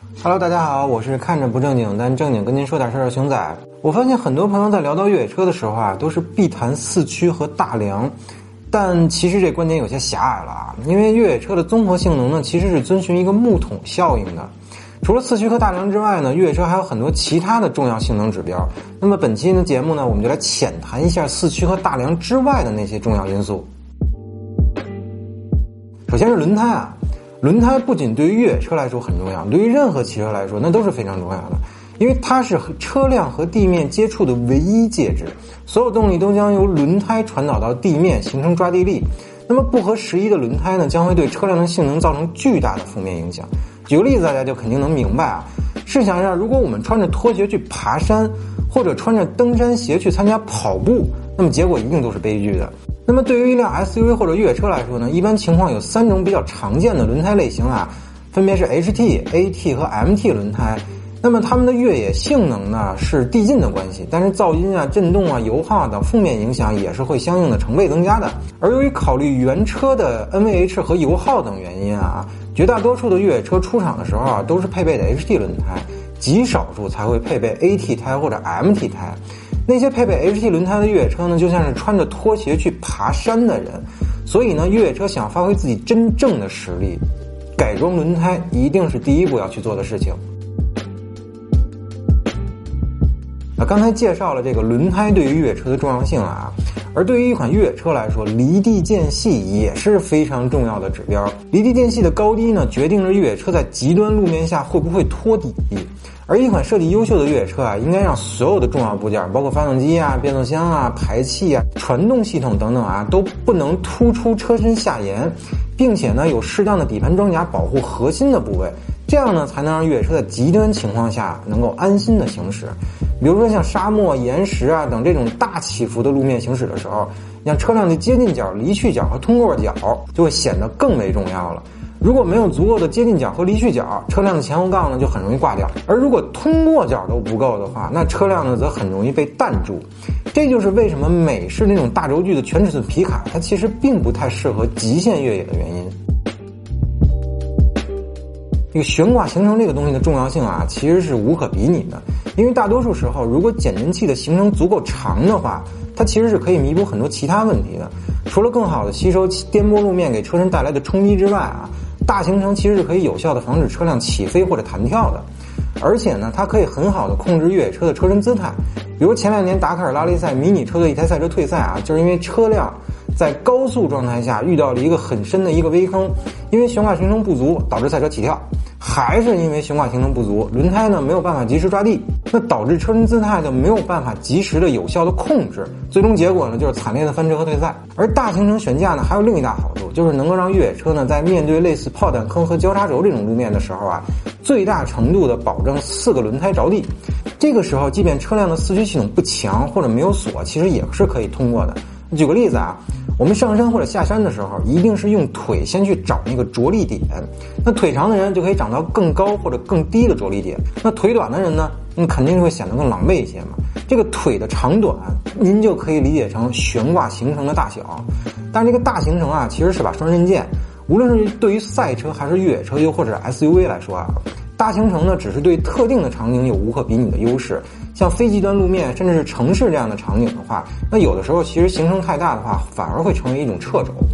Hello， 大家好，我是看着不正经但正经跟您说点事儿的熊仔。我发现很多朋友在聊到越野车的时候啊，都是必谈四驱和大梁，但其实这观点有些狭隘了啊。因为越野车的综合性能呢，其实是遵循一个木桶效应的。除了四驱和大梁之外呢，越野车还有很多其他的重要性能指标。那么本期的节目呢，我们就来浅谈一下四驱和大梁之外的那些重要因素。首先是轮胎啊。轮胎不仅对于越野车来说很重要，对于任何汽车来说那都是非常重要的，因为它是车辆和地面接触的唯一介质，所有动力都将由轮胎传导到地面，形成抓地力。那么不合时宜的轮胎呢，将会对车辆的性能造成巨大的负面影响。举个例子，大家就肯定能明白啊。试想一下，如果我们穿着拖鞋去爬山，或者穿着登山鞋去参加跑步，那么结果一定都是悲剧的。那么对于一辆 SUV 或者越野车来说呢，一般情况有3种比较常见的轮胎类型啊，分别是 HT、AT 和 MT 轮胎。那么它们的越野性能呢是递进的关系，但是噪音啊、震动啊、油耗等负面影响也是会相应的成倍增加的。而由于考虑原车的 NVH 和油耗等原因啊，绝大多数的越野车出厂的时候啊都是配备的 HT 轮胎，极少数才会配备 AT 胎或者 MT 胎。那些配备 HT 轮胎的越野车呢，就像是穿着拖鞋去爬山的人。所以呢，越野车想发挥自己真正的实力，改装轮胎一定是第一步要去做的事情。刚才介绍了这个轮胎对于越野车的重要性啊，而对于一款越野车来说，离地间隙也是非常重要的指标。离地间隙的高低呢，决定着越野车在极端路面下会不会拖底。而一款设计优秀的越野车啊，应该让所有的重要部件，包括发动机啊、变速箱啊、排气啊、传动系统等等啊，都不能突出车身下沿，并且呢有适当的底盘装甲保护核心的部位，这样呢才能让越野车在极端情况下能够安心的行驶。比如说像沙漠、岩石啊等这种大起伏的路面行驶的时候，像车辆的接近角、离去角和通过角就会显得更为重要了。如果没有足够的接近角和离去角，车辆的前后杠呢就很容易挂掉；而如果通过角都不够的话，那车辆呢则很容易被弹住。这就是为什么美式那种大轴距的全尺寸皮卡，它其实并不太适合极限越野的原因。这个悬挂行程这个东西的重要性啊，其实是无可比拟的。因为大多数时候，如果减震器的行程足够长的话，它其实是可以弥补很多其他问题的。除了更好的吸收颠簸路面给车身带来的冲击之外啊，大行程其实是可以有效的防止车辆起飞或者弹跳的。而且呢，它可以很好的控制越野车的车身姿态。比如前2年达喀尔拉力赛迷你车队一台赛车退赛啊，就是因为车辆在高速状态下遇到了一个很深的一个微坑，因为悬挂行程不足导致赛车起跳，还是因为悬挂行程不足，轮胎呢没有办法及时抓地，那导致车身姿态就没有办法及时的有效的控制，最终结果呢就是惨烈的翻车和退赛。而大行程悬架呢还有另一大好处，就是能够让越野车呢在面对类似炮弹坑和交叉轴这种路面的时候啊，最大程度的保证4个轮胎着地。这个时候即便车辆的四驱系统不强或者没有锁，其实也是可以通过的。举个例子啊，我们上山或者下山的时候，一定是用腿先去找那个着力点，那腿长的人就可以长到更高或者更低的着力点，那腿短的人呢，肯定是会显得更狼狈一些嘛。这个腿的长短您就可以理解成悬挂行程的大小。但是这个大行程啊其实是把双刃剑，无论是对于赛车还是越野车又或者 SUV 来说啊，大行程呢只是对特定的场景有无可比拟的优势。像非极端路面甚至是城市这样的场景的话，那有的时候其实行程太大的话反而会成为一种掣肘。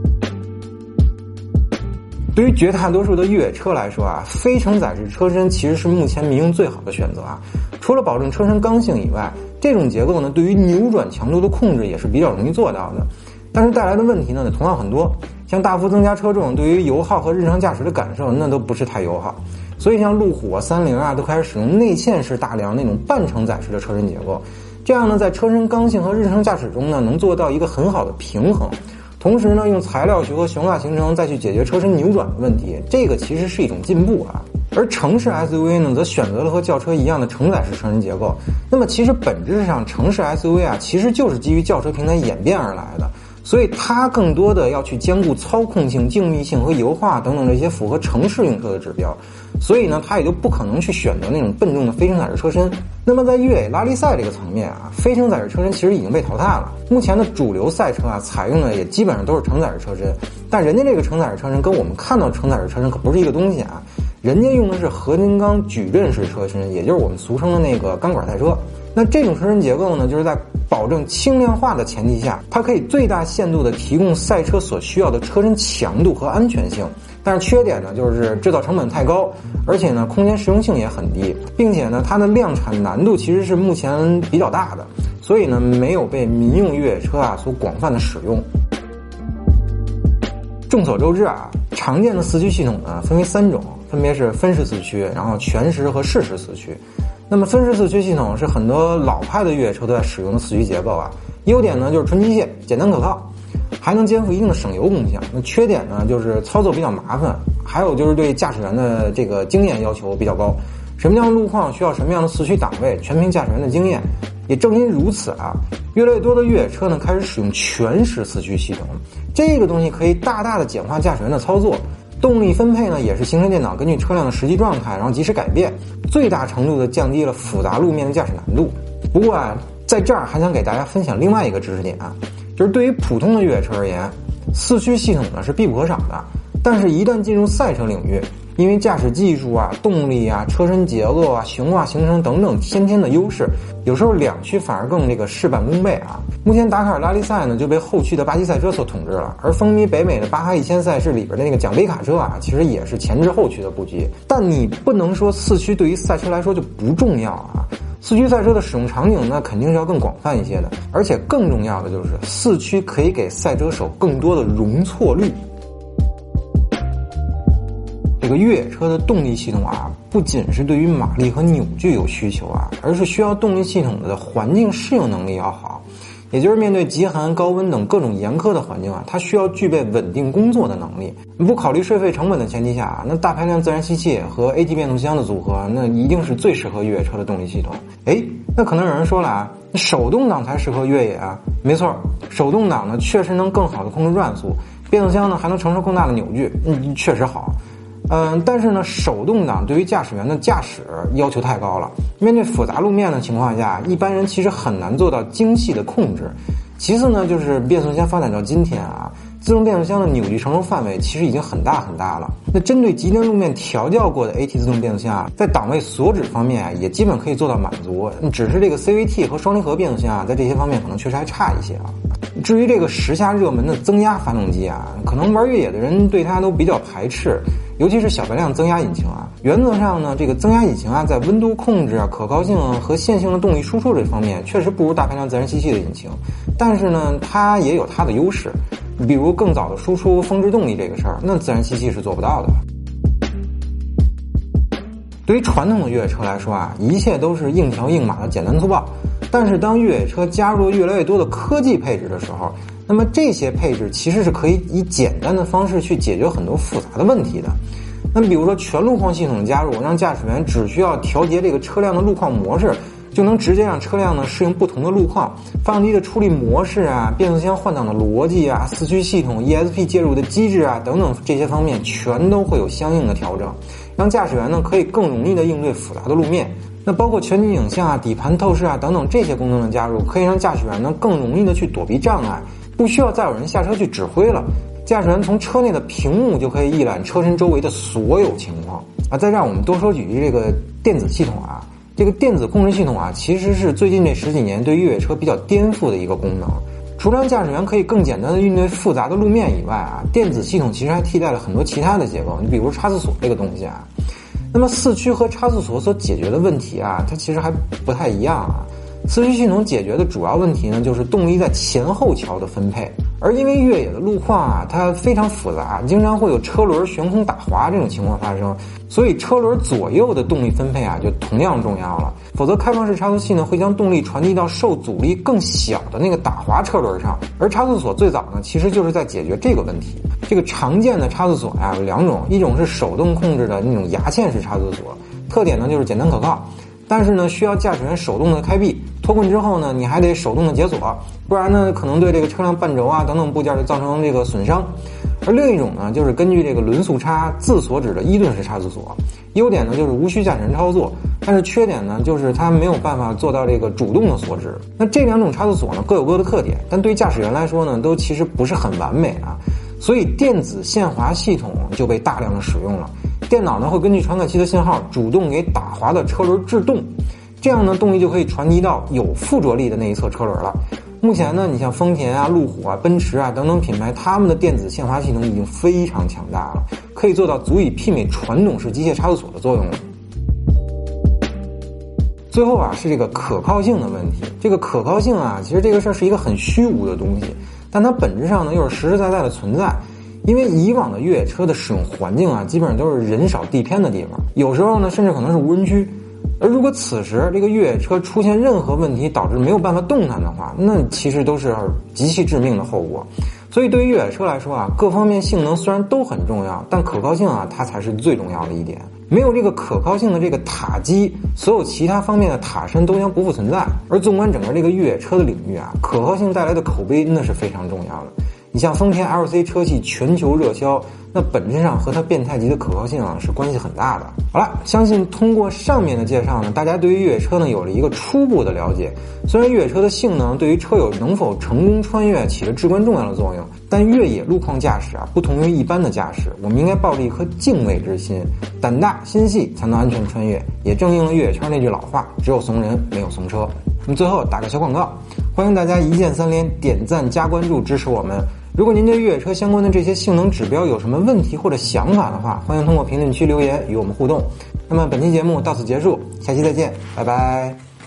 对于绝大多数的越野车来说啊，非承载式车身其实是目前民用最好的选择啊。除了保证车身刚性以外，这种结构呢对于扭转强度的控制也是比较容易做到的。但是带来的问题呢同样很多，像大幅增加车重，对于油耗和日常驾驶的感受那都不是太友好。所以像路虎啊、30啊都开始使用内嵌式大梁那种半承载式的车身结构，这样呢在车身刚性和日常驾驶中呢能做到一个很好的平衡。同时呢用材料学和悬挂行程再去解决车身扭转的问题，这个其实是一种进步啊。而城市 SUV 呢则选择了和轿车一样的承载式车身结构。那么其实本质上城市 SUV 啊其实就是基于轿车平台演变而来的，所以它更多的要去兼顾操控性、静谧性和油画等等这些符合城市用车的指标，所以呢它也就不可能去选择那种笨重的非承载式车身。那么在越野拉力赛这个层面啊，非承载式车身其实已经被淘汰了。目前的主流赛车啊采用的也基本上都是承载式车身，但人家这个承载式车身跟我们看到承载式车身可不是一个东西啊。 人家用的是合金钢矩阵式车身，也就是我们俗称的那个钢管赛车。那这种车身结构呢，就是在保证轻量化的前提下，它可以最大限度的提供赛车所需要的车身强度和安全性。但是缺点呢，就是制造成本太高，而且呢，空间实用性也很低，并且呢，它的量产难度其实是目前比较大的，所以呢，没有被民用越野车所广泛的使用。众所周知常见的四驱系统呢，分为3种，分别是分时四驱，然后全时和适时四驱。那么分时四驱系统是很多老派的越野车都在使用的四驱结构优点呢就是纯机械、简单可靠，还能肩负一定的省油功效。那缺点呢就是操作比较麻烦，还有就是对驾驶员的这个经验要求比较高。什么样的路况需要什么样的四驱档位，全凭驾驶员的经验。也正因如此越来越多的越野车呢开始使用全时四驱系统。这个东西可以大大的简化驾驶员的操作，动力分配呢也是行车电脑根据车辆的实际状态然后及时改变，最大程度的降低了复杂路面的驾驶难度。不过在这儿还想给大家分享另外一个知识点就是对于普通的越野车而言，四驱系统呢是必不可少的。但是一旦进入赛车领域，因为驾驶技术动力车身结构悬挂行程等等先天的优势，有时候两驱反而更事半功倍目前达喀尔拉力赛呢就被后驱的巴西赛车所统治了，而风靡北美的巴哈1000赛事里边的那个奖杯卡车其实也是前置后驱的布局。但你不能说四驱对于赛车来说就不重要四驱赛车的使用场景呢肯定是要更广泛一些的，而且更重要的就是四驱可以给赛车手更多的容错率。这个越野车的动力系统不仅是对于马力和扭矩有需求而是需要动力系统的环境适应能力要好。也就是面对极寒、高温等各种严苛的环境它需要具备稳定工作的能力。不考虑税费成本的前提下那大排量自然吸气和 AT 变速箱的组合，那一定是最适合越野车的动力系统。那可能有人说了手动挡才适合越野没错，手动挡呢确实能更好的控制转速，变速箱呢还能承受更大的扭矩，确实好。但是呢，手动挡对于驾驶员的驾驶要求太高了。面对复杂路面的情况下，一般人其实很难做到精细的控制。其次呢，就是变速箱发展到今天自动变速箱的扭矩承受范围其实已经很大很大了。那针对极端路面调教过的 AT 自动变速箱在档位锁止方面也基本可以做到满足。只是这个 CVT 和双离合变速箱在这些方面可能确实还差一些至于这个时下热门的增压发动机可能玩越野的人对它都比较排斥，尤其是小排量增压引擎原则上呢，这个增压引擎在温度控制可靠性和线性的动力输出这方面确实不如大排量自然吸气的引擎，但是呢，它也有它的优势，比如更早的输出峰值动力这个事儿，那自然吸气是做不到的。对于传统的越野车来说一切都是硬桥硬马的简单粗暴。但是当越野车加入了越来越多的科技配置的时候，那么这些配置其实是可以以简单的方式去解决很多复杂的问题的。那么比如说全路况系统的加入，让驾驶员只需要调节这个车辆的路况模式，就能直接让车辆呢适应不同的路况。发动机的处理模式变速箱换挡的逻辑四驱系统 ESP 介入的机制等等这些方面全都会有相应的调整，让驾驶员呢可以更容易的应对复杂的路面。那包括全景影像底盘透视等等这些功能的加入，可以让驾驶员呢更容易的去躲避障碍，不需要再有人下车去指挥了。驾驶员从车内的屏幕就可以一览车身周围的所有情况再让我们多说几句这个电子系统这个电子控制系统其实是最近这10几年对越野车比较颠覆的一个功能。除了让驾驶员可以更简单的应对复杂的路面以外电子系统其实还替代了很多其他的结构，你比如差速锁这个东西那么四驱和差速锁所解决的问题它其实还不太一样四驱系统解决的主要问题呢，就是动力在前后桥的分配。而因为越野的路况它非常复杂，经常会有车轮悬空打滑这种情况发生，所以车轮左右的动力分配就同样重要了。否则开放式差速器呢会将动力传递到受阻力更小的那个打滑车轮上，而差速锁最早呢其实就是在解决这个问题。这个常见的差速锁有2种，一种是手动控制的那种牙嵌式差速锁，特点呢就是简单可靠，但是呢需要驾驶员手动的开闭，脱困之后呢你还得手动的解锁，不然呢可能对这个车辆半轴等等部件就造成这个损伤。而另一种呢就是根据这个轮速差自锁止的伊顿式差速锁，优点呢就是无需驾驶员操作，但是缺点呢就是它没有办法做到这个主动的锁止。那这2种差速锁呢各有各的特点，但对于驾驶员来说呢都其实不是很完美所以电子限滑系统就被大量的使用了。 电脑呢会根据传感器的信号主动给打滑的车轮制动，这样呢动力就可以传递到有附着力的那一侧车轮了。目前呢，你像丰田啊、路虎啊、奔驰啊等等品牌，他们的电子限滑系统已经非常强大了，可以做到足以媲美传统式机械差速锁的作用了。最后啊，是这个可靠性的问题。这个可靠性啊，其实这个事儿是一个很虚无的东西，但它本质上呢又是实实在在的存在。因为以往的越野车的使用环境啊，基本上都是人少地偏的地方，有时候呢甚至可能是无人区。而如果此时这个越野车出现任何问题，导致没有办法动弹的话，那其实都是极其致命的后果。所以对于越野车来说啊，各方面性能虽然都很重要，但可靠性啊，它才是最重要的一点。没有这个可靠性的这个塔基，所有其他方面的塔身都将不复存在。而纵观整个这个越野车的领域啊，可靠性带来的口碑那是非常重要的。你像丰田 LC 车系全球热销，那本质上和它变态级的可靠性啊是关系很大的。好了，相信通过上面的介绍呢，大家对于越野车呢有了一个初步的了解。虽然越野车的性能对于车友能否成功穿越起了至关重要的作用，但越野路况驾驶啊不同于一般的驾驶，我们应该抱着一颗敬畏之心，胆大心细才能安全穿越。也正应了越野圈那句老话，只有怂人没有怂车。那么最后打个小广告，欢迎大家一键三连，点赞加关注支持我们。如果您对越野车相关的这些性能指标有什么问题或者想法的话，欢迎通过评论区留言与我们互动。那么本期节目到此结束，下期再见，拜拜。